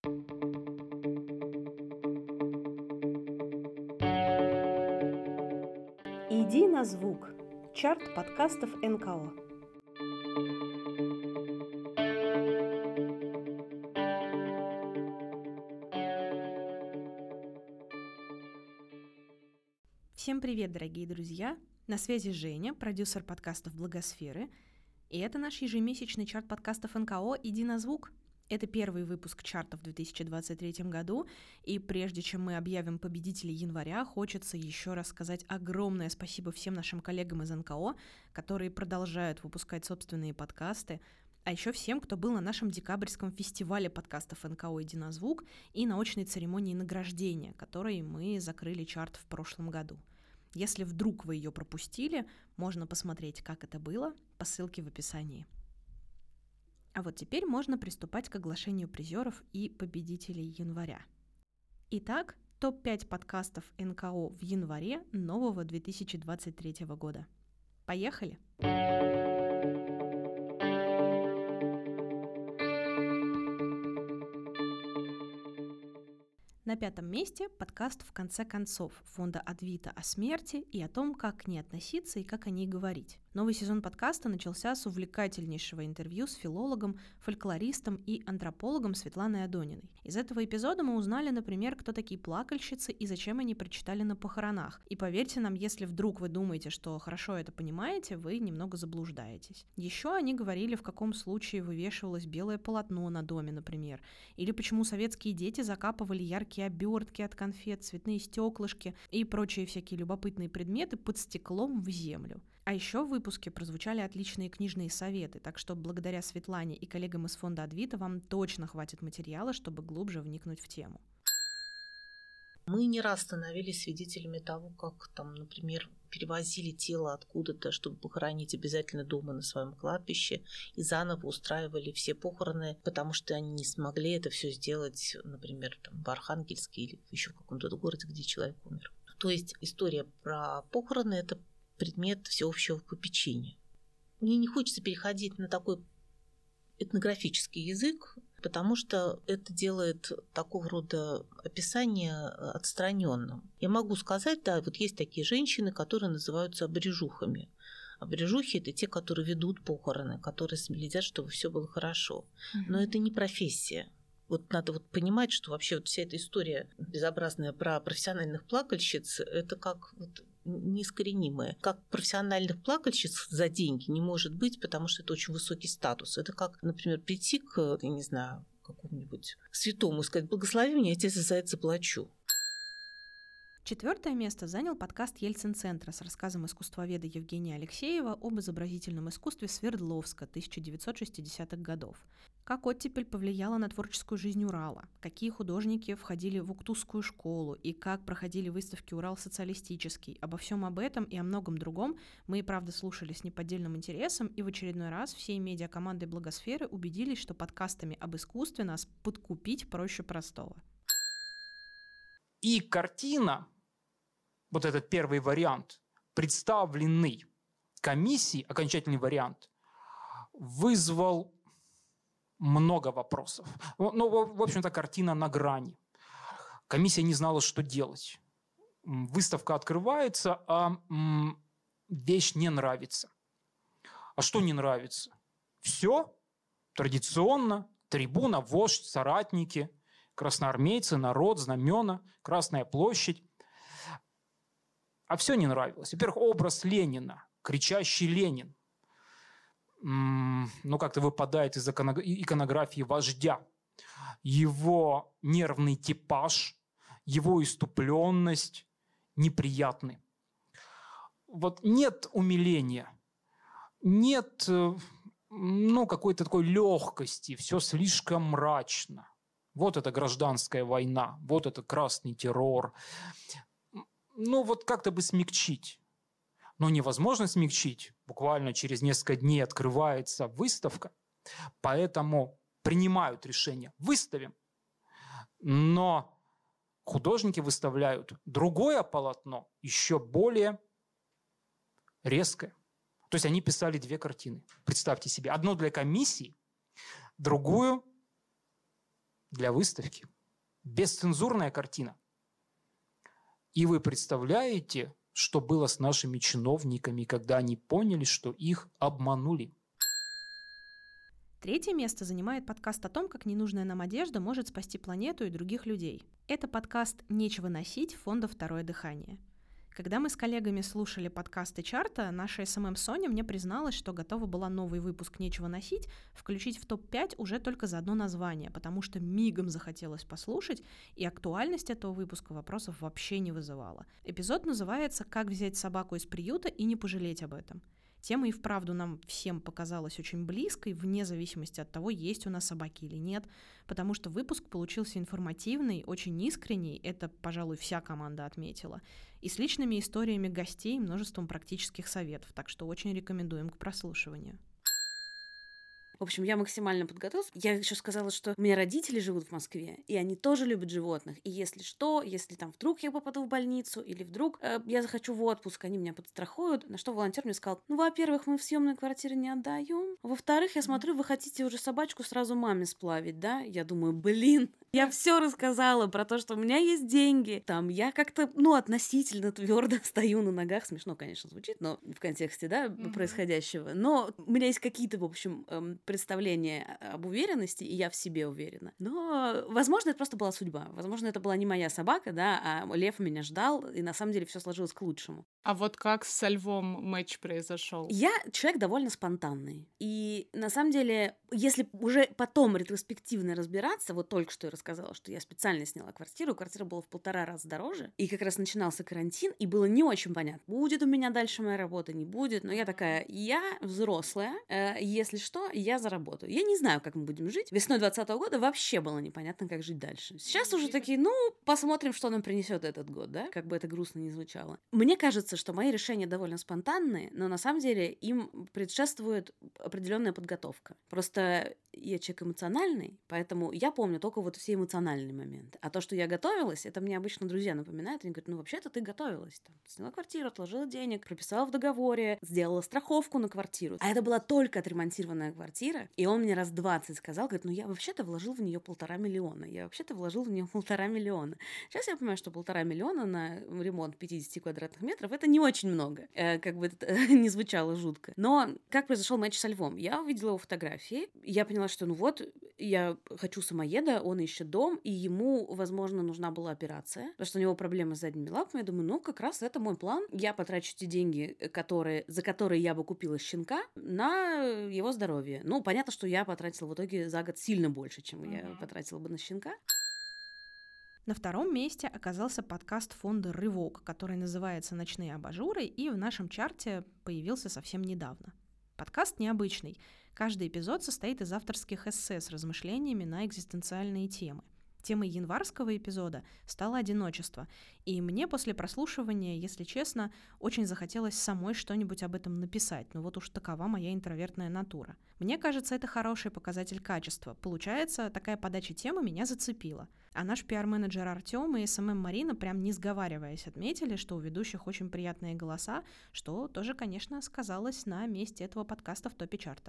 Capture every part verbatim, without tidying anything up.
Иди на звук. Чарт подкастов эн ка о. Всем привет, дорогие друзья! На связи Женя, продюсер подкастов Благосферы, и это наш ежемесячный чарт подкастов эн ка о «Иди на звук». Это первый выпуск чарта в две тысячи двадцать третьем году, и прежде чем мы объявим победителей января, хочется еще раз сказать огромное спасибо всем нашим коллегам из эн ка о, которые продолжают выпускать собственные подкасты, а еще всем, кто был на нашем декабрьском фестивале подкастов эн ка о «Иди на звук» и на очной церемонии награждения, которой мы закрыли чарт в прошлом году. Если вдруг вы ее пропустили, можно посмотреть, как это было, по ссылке в описании. А вот теперь можно приступать к оглашению призеров и победителей января. Итак, топ пять подкастов эн ка о в январе нового две тысячи двадцать третьего года. Поехали! На пятом месте подкаст «В конце концов» фонда Адвита о смерти и о том, как к ней относиться и как о ней говорить. Новый сезон подкаста начался с увлекательнейшего интервью с филологом, фольклористом и антропологом Светланой Адониной. Из этого эпизода мы узнали, например, кто такие плакальщицы и зачем они прочитали на похоронах. И поверьте нам, если вдруг вы думаете, что хорошо это понимаете, вы немного заблуждаетесь. Еще они говорили, в каком случае вывешивалось белое полотно на доме, например, или почему советские дети закапывали яркие обертки от конфет, цветные стеклышки и прочие всякие любопытные предметы под стеклом в землю. А еще в выпуске прозвучали отличные книжные советы, так что благодаря Светлане и коллегам из фонда Адвита вам точно хватит материала, чтобы глубже вникнуть в тему. Мы не раз становились свидетелями того, как там, например, перевозили тело откуда-то, чтобы похоронить обязательно дома на своем кладбище, и заново устраивали все похороны, потому что они не смогли это все сделать, например, там, в Архангельске или еще в каком-то городе, где человек умер. То есть история про похороны – это предмет всеобщего попечения. Мне не хочется переходить на такой этнографический язык, потому что это делает такого рода описание отстраненным. Я могу сказать, да, вот есть такие женщины, которые называются обрежухами. Обрежухи – это те, которые ведут похороны, которые следят, чтобы все было хорошо. Но это не профессия. Вот надо вот понимать, что вообще вот вся эта история безобразная про профессиональных плакальщиц – это как вот неискоренимое. Как профессиональных плакальщиц за деньги не может быть, потому что это очень высокий статус. Это как, например, прийти к, я не знаю, какому-нибудь святому и сказать: «Благослови меня, я тебе за это заплачу». Четвертое место занял подкаст Ельцин-центра с рассказом искусствоведа Евгения Алексеева об изобразительном искусстве Свердловска тысяча девятьсот шестидесятых годов. Как оттепель повлияла на творческую жизнь Урала, какие художники входили в Уктусскую школу и как проходили выставки «Урал социалистический». Обо всем об этом и о многом другом мы и правда слушали с неподдельным интересом, и в очередной раз всей медиакомандой Благосферы убедились, что подкастами об искусстве нас подкупить проще простого. И картина, вот этот первый вариант, представленный комиссией, окончательный вариант, вызвал много вопросов. Ну, в общем-то, картина на грани. Комиссия не знала, что делать. Выставка открывается, а вещь не нравится. А что не нравится? Все традиционно. Трибуна, вождь, соратники, красноармейцы, народ, знамена, Красная площадь. А все не нравилось. Во-первых, образ Ленина, кричащий Ленин, ну, как-то выпадает из иконографии вождя. Его нервный типаж, его иступленность неприятны. Вот нет умиления, нет, ну, какой-то такой легкости, все слишком мрачно. Вот это гражданская война, вот это красный террор. Ну, вот как-то бы смягчить. Но невозможно смягчить. Буквально через несколько дней открывается выставка. Поэтому принимают решение. Выставим. Но художники выставляют другое полотно, еще более резкое. То есть они писали две картины. Представьте себе. Одну для комиссии, другую для выставки. Бесцензурная картина. И вы представляете, что было с нашими чиновниками, когда они поняли, что их обманули? Третье место занимает подкаст о том, как ненужная нам одежда может спасти планету и других людей. Это подкаст «Нечего носить» фонда «Второе дыхание». Когда мы с коллегами слушали подкасты чарта, наша эс эм эм Соня мне призналась, что готова была новый выпуск «Нечего носить» включить в топ пять уже только за одно название, потому что мигом захотелось послушать, и актуальность этого выпуска вопросов вообще не вызывала. Эпизод называется «Как взять собаку из приюта и не пожалеть об этом». Тема и вправду нам всем показалась очень близкой, вне зависимости от того, есть у нас собаки или нет, потому что выпуск получился информативный, очень искренний, это, пожалуй, вся команда отметила, и с личными историями гостей и множеством практических советов, так что очень рекомендуем к прослушиванию. В общем, я максимально подготовилась. Я еще сказала, что у меня родители живут в Москве, и они тоже любят животных. И если что, если там вдруг я попаду в больницу, или вдруг э, я захочу в отпуск, они меня подстрахуют. На что волонтер мне сказал: ну, во-первых, мы в съемной квартире не отдаем. Во-вторых, я смотрю, вы хотите уже собачку сразу маме сплавить, да? Я думаю, блин, я все рассказала про то, что у меня есть деньги. Там я как-то, ну, относительно твердо стою на ногах. Смешно, конечно, звучит, но в контексте, да, mm-hmm. происходящего. Но у меня есть какие-то, в общем, эм, представление об уверенности, и я в себе уверена. Но, возможно, это просто была судьба. Возможно, это была не моя собака, да, а лев меня ждал, и на самом деле все сложилось к лучшему. А вот как со львом матч произошел? Я человек довольно спонтанный. И на самом деле, если уже потом ретроспективно разбираться, вот только что я рассказала, что я специально сняла квартиру, квартира была в полтора раза дороже, и как раз начинался карантин, и было не очень понятно, будет у меня дальше моя работа, не будет. Но я такая, я взрослая, э, если что, я заработаю. Я не знаю, как мы будем жить. Весной двадцатого года вообще было непонятно, как жить дальше. Сейчас уже такие, ну, посмотрим, что нам принесет этот год, да? Как бы это грустно ни звучало. Мне кажется, что мои решения довольно спонтанные, но на самом деле им предшествует определенная подготовка. Просто я человек эмоциональный, поэтому я помню только вот все эмоциональные моменты. А то, что я готовилась, это мне обычно друзья напоминают. Они говорят, ну, вообще-то ты готовилась. Там, сняла квартиру, отложила денег, прописала в договоре, сделала страховку на квартиру. А это была только отремонтированная квартира. И он мне раз двадцать сказал, говорит, ну, я вообще-то вложил в нее полтора миллиона. Я вообще-то вложил в нее полтора миллиона. Сейчас я понимаю, что полтора миллиона на ремонт пятьдесят квадратных метров — это не очень много. Э, как бы это не звучало жутко. Но как произошел матч со львом? Я увидела его фотографии. Я поняла, что ну вот, я хочу самоеда, он ищет дом, и ему, возможно, нужна была операция, потому что у него проблемы с задними лапами. Я думаю, ну, как раз это мой план. Я потрачу те деньги, которые, за которые я бы купила щенка, на его здоровье. Ну, понятно, что я потратила в итоге за год сильно больше, чем mm-hmm. я потратила бы на щенка. На втором месте оказался подкаст фонда «Рывок», который называется «Ночные абажуры», и в нашем чарте появился совсем недавно. Подкаст необычный. Каждый эпизод состоит из авторских эссе с размышлениями на экзистенциальные темы. Темой январского эпизода стало одиночество, и мне после прослушивания, если честно, очень захотелось самой что-нибудь об этом написать, но вот уж такова моя интровертная натура. Мне кажется, это хороший показатель качества. Получается, такая подача темы меня зацепила. А наш пиар-менеджер Артём и эс эм эм Марина, прям не сговариваясь, отметили, что у ведущих очень приятные голоса, что тоже, конечно, сказалось на месте этого подкаста в топе чарта.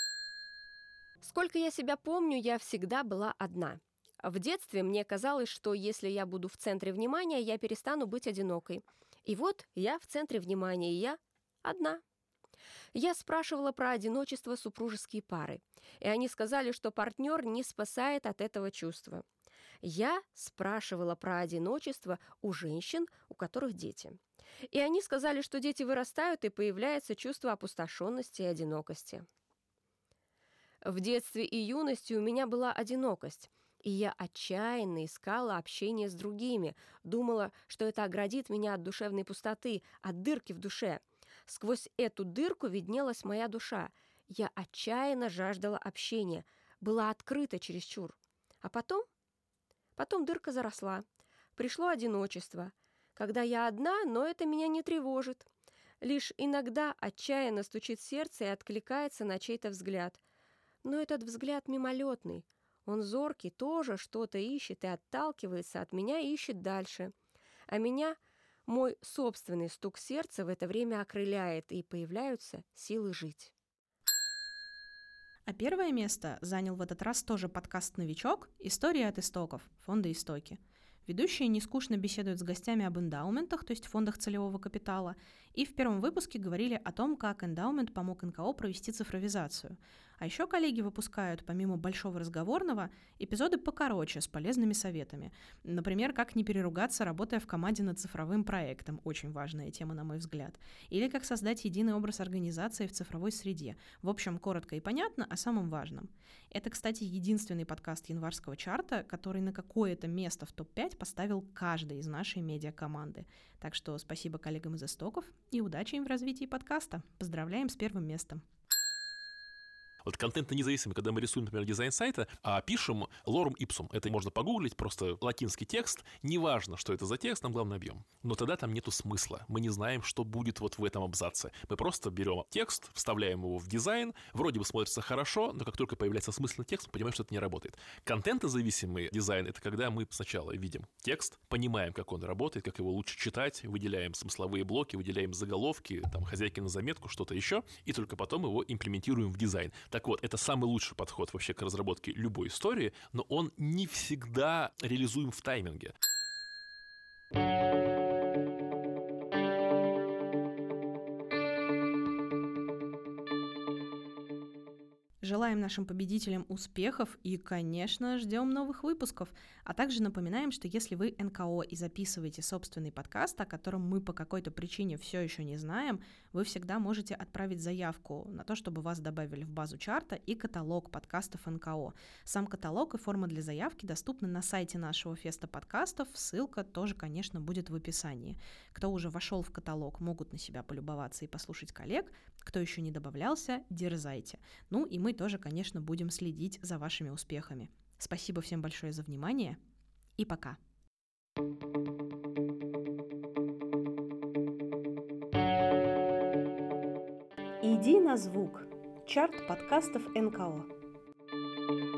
Сколько я себя помню, я всегда была одна. В детстве мне казалось, что если я буду в центре внимания, я перестану быть одинокой. И вот я в центре внимания, и я одна. Я спрашивала про одиночество супружеские пары, и они сказали, что партнер не спасает от этого чувства. Я спрашивала про одиночество у женщин, у которых дети. И они сказали, что дети вырастают, и появляется чувство опустошенности и одинокости. В детстве и юности у меня была одинокость, и я отчаянно искала общение с другими, думала, что это оградит меня от душевной пустоты, от дырки в душе. Сквозь эту дырку виднелась моя душа. Я отчаянно жаждала общения, была открыта чересчур. А потом? Потом дырка заросла. Пришло одиночество. Когда я одна, но это меня не тревожит. Лишь иногда отчаянно стучит сердце и откликается на чей-то взгляд. Но этот взгляд мимолетный. Он зоркий, тоже что-то ищет и отталкивается от меня и ищет дальше. А меня мой собственный стук сердца в это время окрыляет, и появляются силы жить. А первое место занял в этот раз тоже подкаст «Новичок. История от истоков» фонда «Истоки». Ведущие нескучно беседуют с гостями об эндаументах, то есть фондах целевого капитала, и в первом выпуске говорили о том, как эндаумент помог эн ка о провести цифровизацию. А еще коллеги выпускают, помимо большого разговорного, эпизоды покороче, с полезными советами. Например, как не переругаться, работая в команде над цифровым проектом. Очень важная тема, на мой взгляд. Или как создать единый образ организации в цифровой среде. В общем, коротко и понятно о самом важном. Это, кстати, единственный подкаст январского чарта, который на какое-то место в топ пять поставил каждый из нашей медиакоманды. Так что спасибо коллегам из истоков и удачи им в развитии подкаста. Поздравляем с первым местом. Вот контентно-независимый, когда мы рисуем, например, дизайн сайта, а пишем лорум ипсум. Это можно погуглить, просто латинский текст. Неважно, что это за текст, нам главное объем. Но тогда там нету смысла. Мы не знаем, что будет вот в этом абзаце. Мы просто берем текст, вставляем его в дизайн, вроде бы смотрится хорошо, но как только появляется смысленный текст, мы понимаем, что это не работает. Контентно-зависимый дизайн — это когда мы сначала видим текст, понимаем, как он работает, как его лучше читать, выделяем смысловые блоки, выделяем заголовки, там, хозяйки на заметку, что-то еще, и только потом его имплементируем в дизайн. Так вот, это самый лучший подход вообще к разработке любой истории, но он не всегда реализуем в тайминге. Желаем нашим победителям успехов и, конечно, ждем новых выпусков. А также напоминаем, что если вы эн ка о и записываете собственный подкаст, о котором мы по какой-то причине все еще не знаем, вы всегда можете отправить заявку на то, чтобы вас добавили в базу чарта и каталог подкастов эн ка о. Сам каталог и форма для заявки доступны на сайте нашего феста подкастов. Ссылка тоже, конечно, будет в описании. Кто уже вошел в каталог, могут на себя полюбоваться и послушать коллег. Кто еще не добавлялся, дерзайте. Ну и мы тоже, конечно, будем следить за вашими успехами. Спасибо всем большое за внимание и пока. Иди на звук. Чарт подкастов эн ка о.